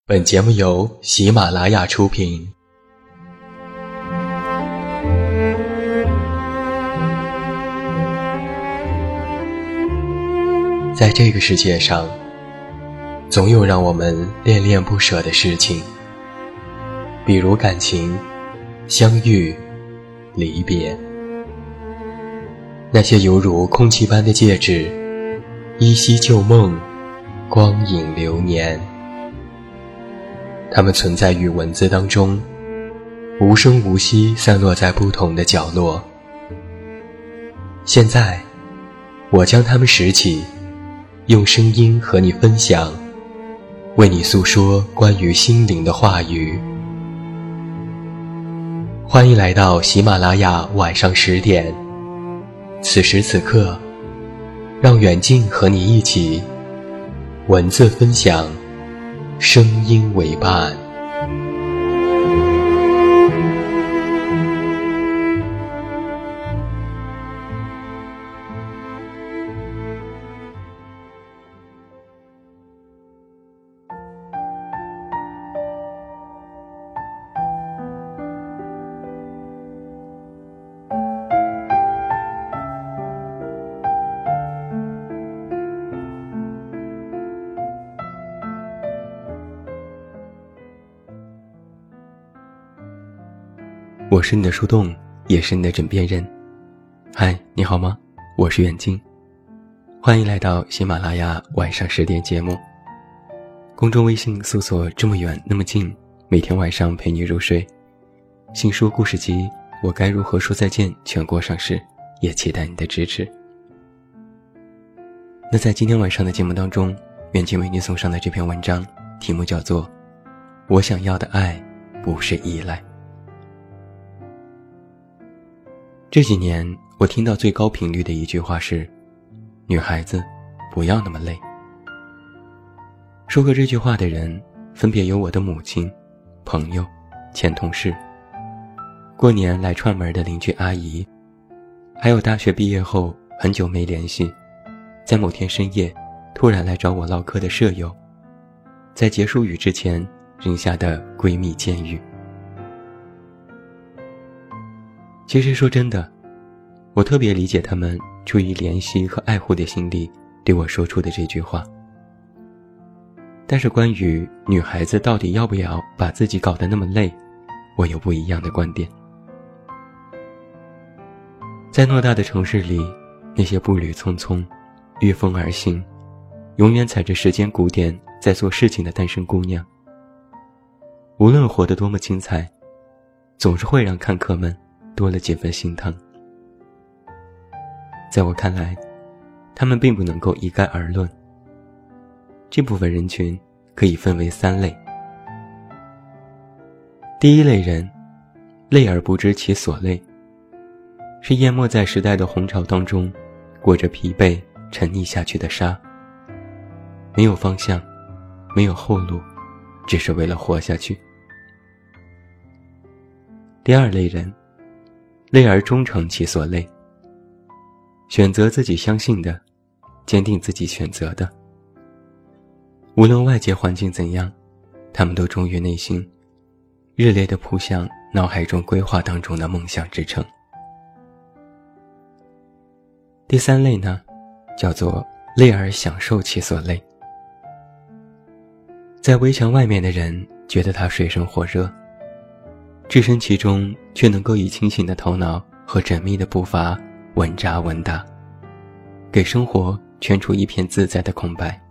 本节目由喜马拉雅出品。在这个世界上，总有让我们恋恋不舍的事情，比如感情、相遇、离别。那些犹如空气般的戒指，依稀旧梦，光影流年。它们存在于文字当中，无声无息散落在不同的角落。现在，我将它们拾起，用声音和你分享，为你诉说关于心灵的话语。欢迎来到喜马拉雅晚上10点，此时此刻，让远近和你一起文字分享，声音为伴。我是你的树洞，也是你的枕边人。嗨，你好吗？我是远近，欢迎来到喜马拉雅晚上10点节目。公众微信搜索这么远那么近，每天晚上陪你入睡。新书故事集我该如何说再见全国上市，也期待你的支持。那在今天晚上的节目当中，远近为你送上的这篇文章题目叫做我想要的爱不是依赖。这几年我听到最高频率的一句话是，女孩子不要那么累。说过这句话的人分别有我的母亲、朋友、前同事，过年来串门的邻居阿姨，还有大学毕业后很久没联系，在某天深夜突然来找我唠嗑的舍友，在结束语之前扔下的闺蜜监狱。其实说真的，我特别理解他们出于怜惜和爱护的心理对我说出的这句话。但是关于女孩子到底要不要把自己搞得那么累，我有不一样的观点。在偌大的城市里，那些步履匆匆、御风而行，永远踩着时间鼓点在做事情的单身姑娘，无论活得多么精彩，总是会让看客们多了几分心疼。在我看来，他们并不能够一概而论。这部分人群可以分为3类。第一类人，累而不知其所累，是淹没在时代的洪潮当中，裹着疲惫沉溺下去的沙，没有方向，没有后路，只是为了活下去。第二类人，累而终成其所累，选择自己相信的，坚定自己选择的，无论外界环境怎样，他们都忠于内心，热烈地扑向脑海中规划当中的梦想之城。第3类呢，叫做累而享受其所累。在围墙外面的人觉得他水深火热，置身其中却能够以清醒的头脑和缜密的步伐稳扎稳打，给生活圈出一片自在的空白。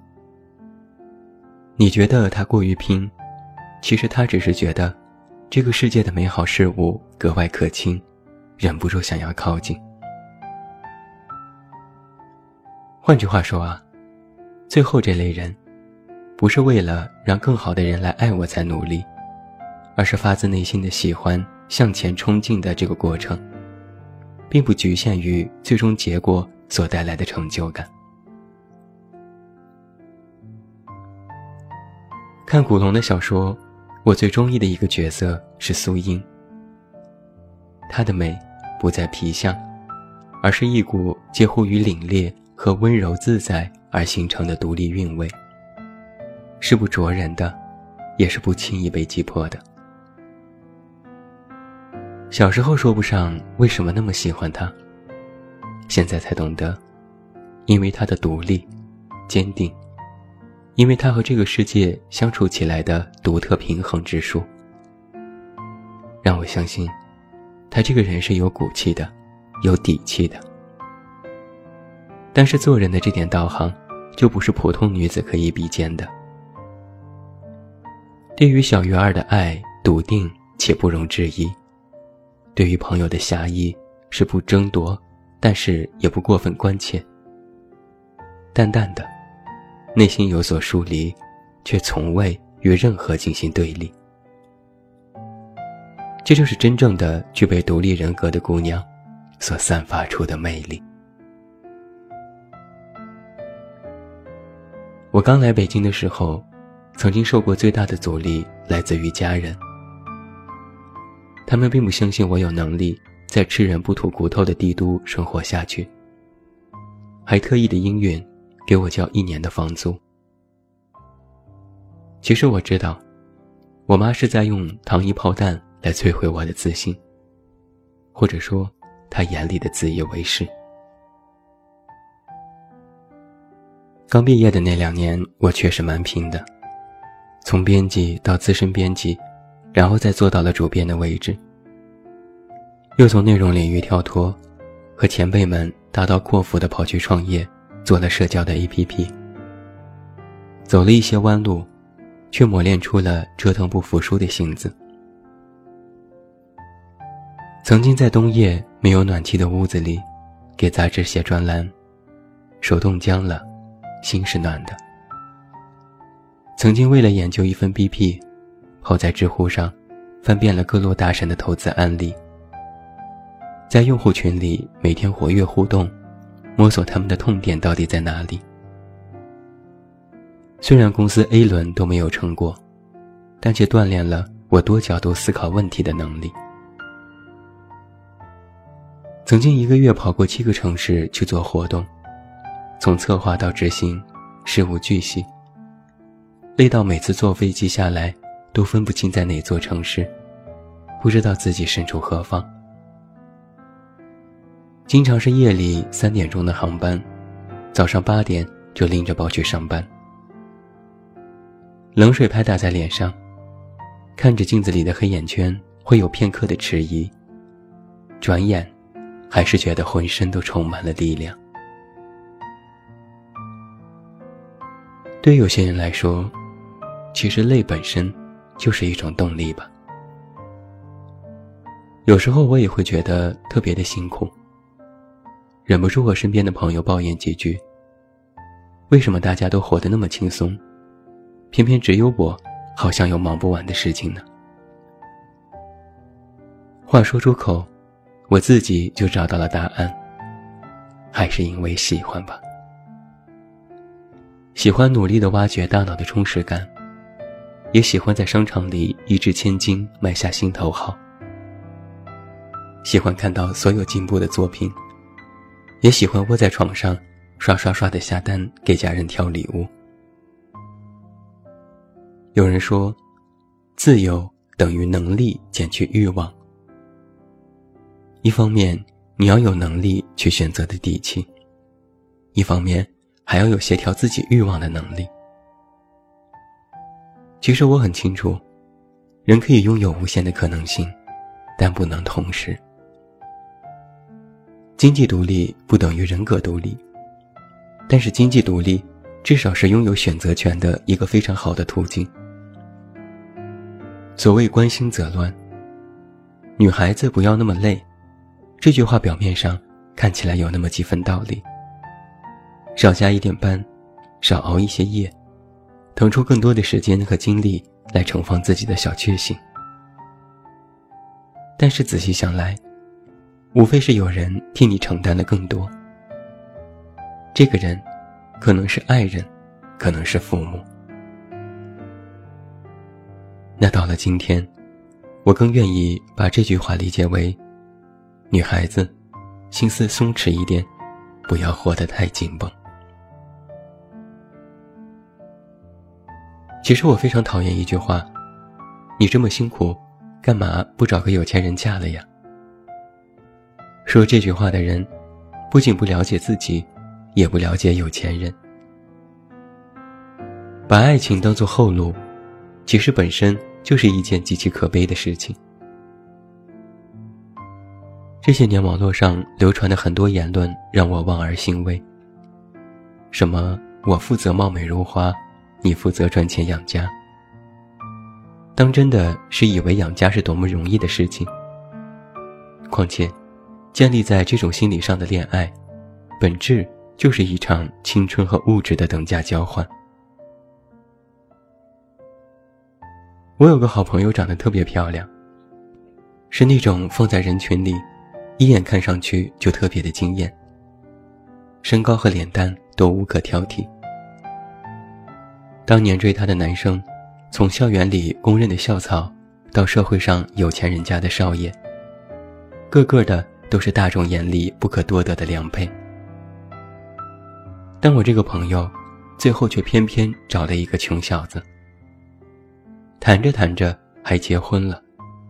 你觉得他过于拼，其实他只是觉得这个世界的美好事物格外可亲，忍不住想要靠近。换句话说啊，最后这类人不是为了让更好的人来爱我才努力，而是发自内心的喜欢向前冲劲的这个过程，并不局限于最终结果所带来的成就感。看古龙的小说，我最中意的一个角色是苏英。她的美不在皮相，而是一股介乎于凛冽和温柔自在而形成的独立韵味，是不灼人的， 也是不轻易被击破的。小时候说不上为什么那么喜欢他，现在才懂得，因为他的独立、坚定，因为他和这个世界相处起来的独特平衡之术，让我相信他这个人是有骨气的，有底气的。但是做人的这点道行就不是普通女子可以比肩的。对于小鱼儿的爱笃定且不容置疑，对于朋友的侠义是不争夺，但是也不过分关切。淡淡的，内心有所疏离，却从未与任何进行对立。这就是真正的具备独立人格的姑娘所散发出的魅力。我刚来北京的时候，曾经受过最大的阻力来自于家人。他们并不相信我有能力在吃人不吐骨头的帝都生活下去，还特意的应允给我交1年的房租。其实我知道，我妈是在用糖衣炮弹来摧毁我的自信，或者说她眼里的自以为是。刚毕业的那2年，我确实蛮拼的，从编辑到资深编辑，然后再做到了主编的位置，又从内容领域跳脱，和前辈们大刀阔斧地跑去创业，做了社交的 APP， 走了一些弯路，却磨练出了折腾不服输的性子。曾经在冬夜没有暖气的屋子里给杂志写专栏，手冻僵了，心是暖的。曾经为了研究一份 BP， 泡在知乎上翻遍了各路大神的投资案例，在用户群里每天活跃互动，摸索他们的痛点到底在哪里。虽然公司 A 轮都没有成过，但却锻炼了我多角度思考问题的能力。曾经1个月跑过7个城市去做活动，从策划到执行，事无巨细，累到每次坐飞机下来都分不清在哪座城市，不知道自己身处何方。经常是夜里3点钟的航班，早上8点就拎着包去上班。冷水拍打在脸上，看着镜子里的黑眼圈会有片刻的迟疑，转眼还是觉得浑身都充满了力量。对有些人来说，其实累本身就是一种动力吧。有时候我也会觉得特别的辛苦，忍不住和身边的朋友抱怨几句，为什么大家都活得那么轻松，偏偏只有我好像有忙不完的事情呢？话说出口，我自己就找到了答案，还是因为喜欢吧。喜欢努力地挖掘大脑的充实感，也喜欢在商场里一掷千金买下心头好，喜欢看到所有进步的作品，也喜欢窝在床上刷刷刷地下单给家人挑礼物。有人说，自由等于能力减去欲望。一方面你要有能力去选择的底气，一方面还要有协调自己欲望的能力。其实我很清楚，人可以拥有无限的可能性，但不能同时。经济独立不等于人格独立，但是经济独立至少是拥有选择权的一个非常好的途径。所谓关心则乱，女孩子不要那么累，这句话表面上看起来有那么几分道理。少加一点班，少熬一些夜，腾出更多的时间和精力来盛放自己的小确幸。但是仔细想来，无非是有人替你承担的更多。这个人可能是爱人，可能是父母。那到了今天，我更愿意把这句话理解为，女孩子心思松弛一点，不要活得太紧绷。 其实我非常讨厌一句话，你这么辛苦，干嘛不找个有钱人嫁了呀？说这句话的人，不仅不了解自己，也不了解有钱人。把爱情当作后路，其实本身就是一件极其可悲的事情。这些年网络上流传的很多言论让我望而兴畏。什么我负责貌美如花，你负责赚钱养家。当真的是以为养家是多么容易的事情。况且建立在这种心理上的恋爱，本质就是一场青春和物质的等价交换。我有个好朋友长得特别漂亮，是那种放在人群里一眼看上去就特别的惊艳，身高和脸蛋都无可挑剔。当年追她的男生，从校园里公认的校草到社会上有钱人家的少爷，个个的都是大众眼里不可多得的良配。但我这个朋友最后却偏偏找了一个穷小子，谈着谈着还结婚了。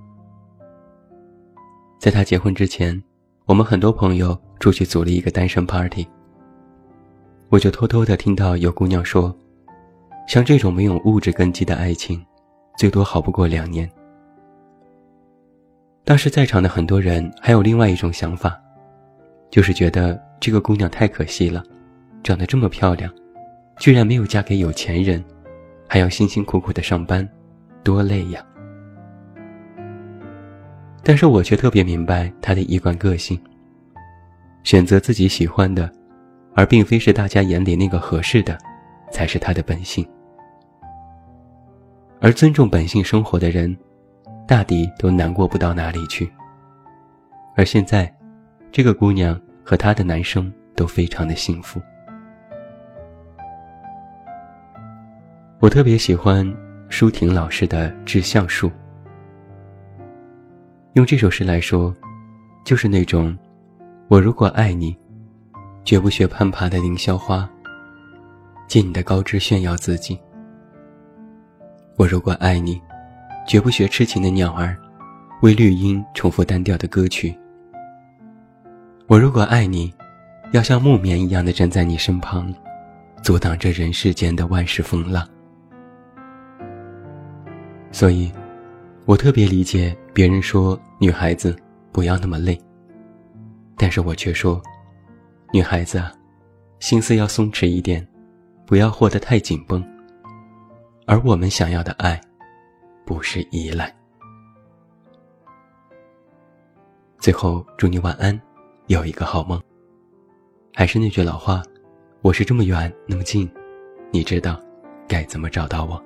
在他结婚之前，我们很多朋友出去组了一个单身 party， 我就偷偷地听到有姑娘说，像这种没有物质根基的爱情，最多好不过2年。当时在场的很多人还有另外一种想法，就是觉得这个姑娘太可惜了，长得这么漂亮，居然没有嫁给有钱人，还要辛辛苦苦地上班，多累呀。但是我却特别明白她的一贯个性，选择自己喜欢的，而并非是大家眼里那个合适的，才是她的本性。而尊重本性生活的人，大抵都难过不到哪里去。而现在，这个姑娘和她的男生都非常的幸福。我特别喜欢舒婷老师的《致橡树》，用这首诗来说，就是那种我如果爱你，绝不学攀爬的凌霄花，借你的高枝炫耀自己。我如果爱你，绝不学痴情的鸟儿，为绿荫重复单调的歌曲。我如果爱你，要像木棉一样的站在你身旁，阻挡着人世间的万事风浪。所以我特别理解别人说女孩子不要那么累，但是我却说，女孩子啊，心思要松弛一点，不要活得太紧绷。而我们想要的爱，不是依赖。最后祝你晚安，有一个好梦。还是那句老话，我是这么远那么近，你知道该怎么找到我。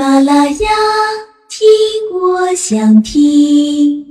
马拉雅，听我想听。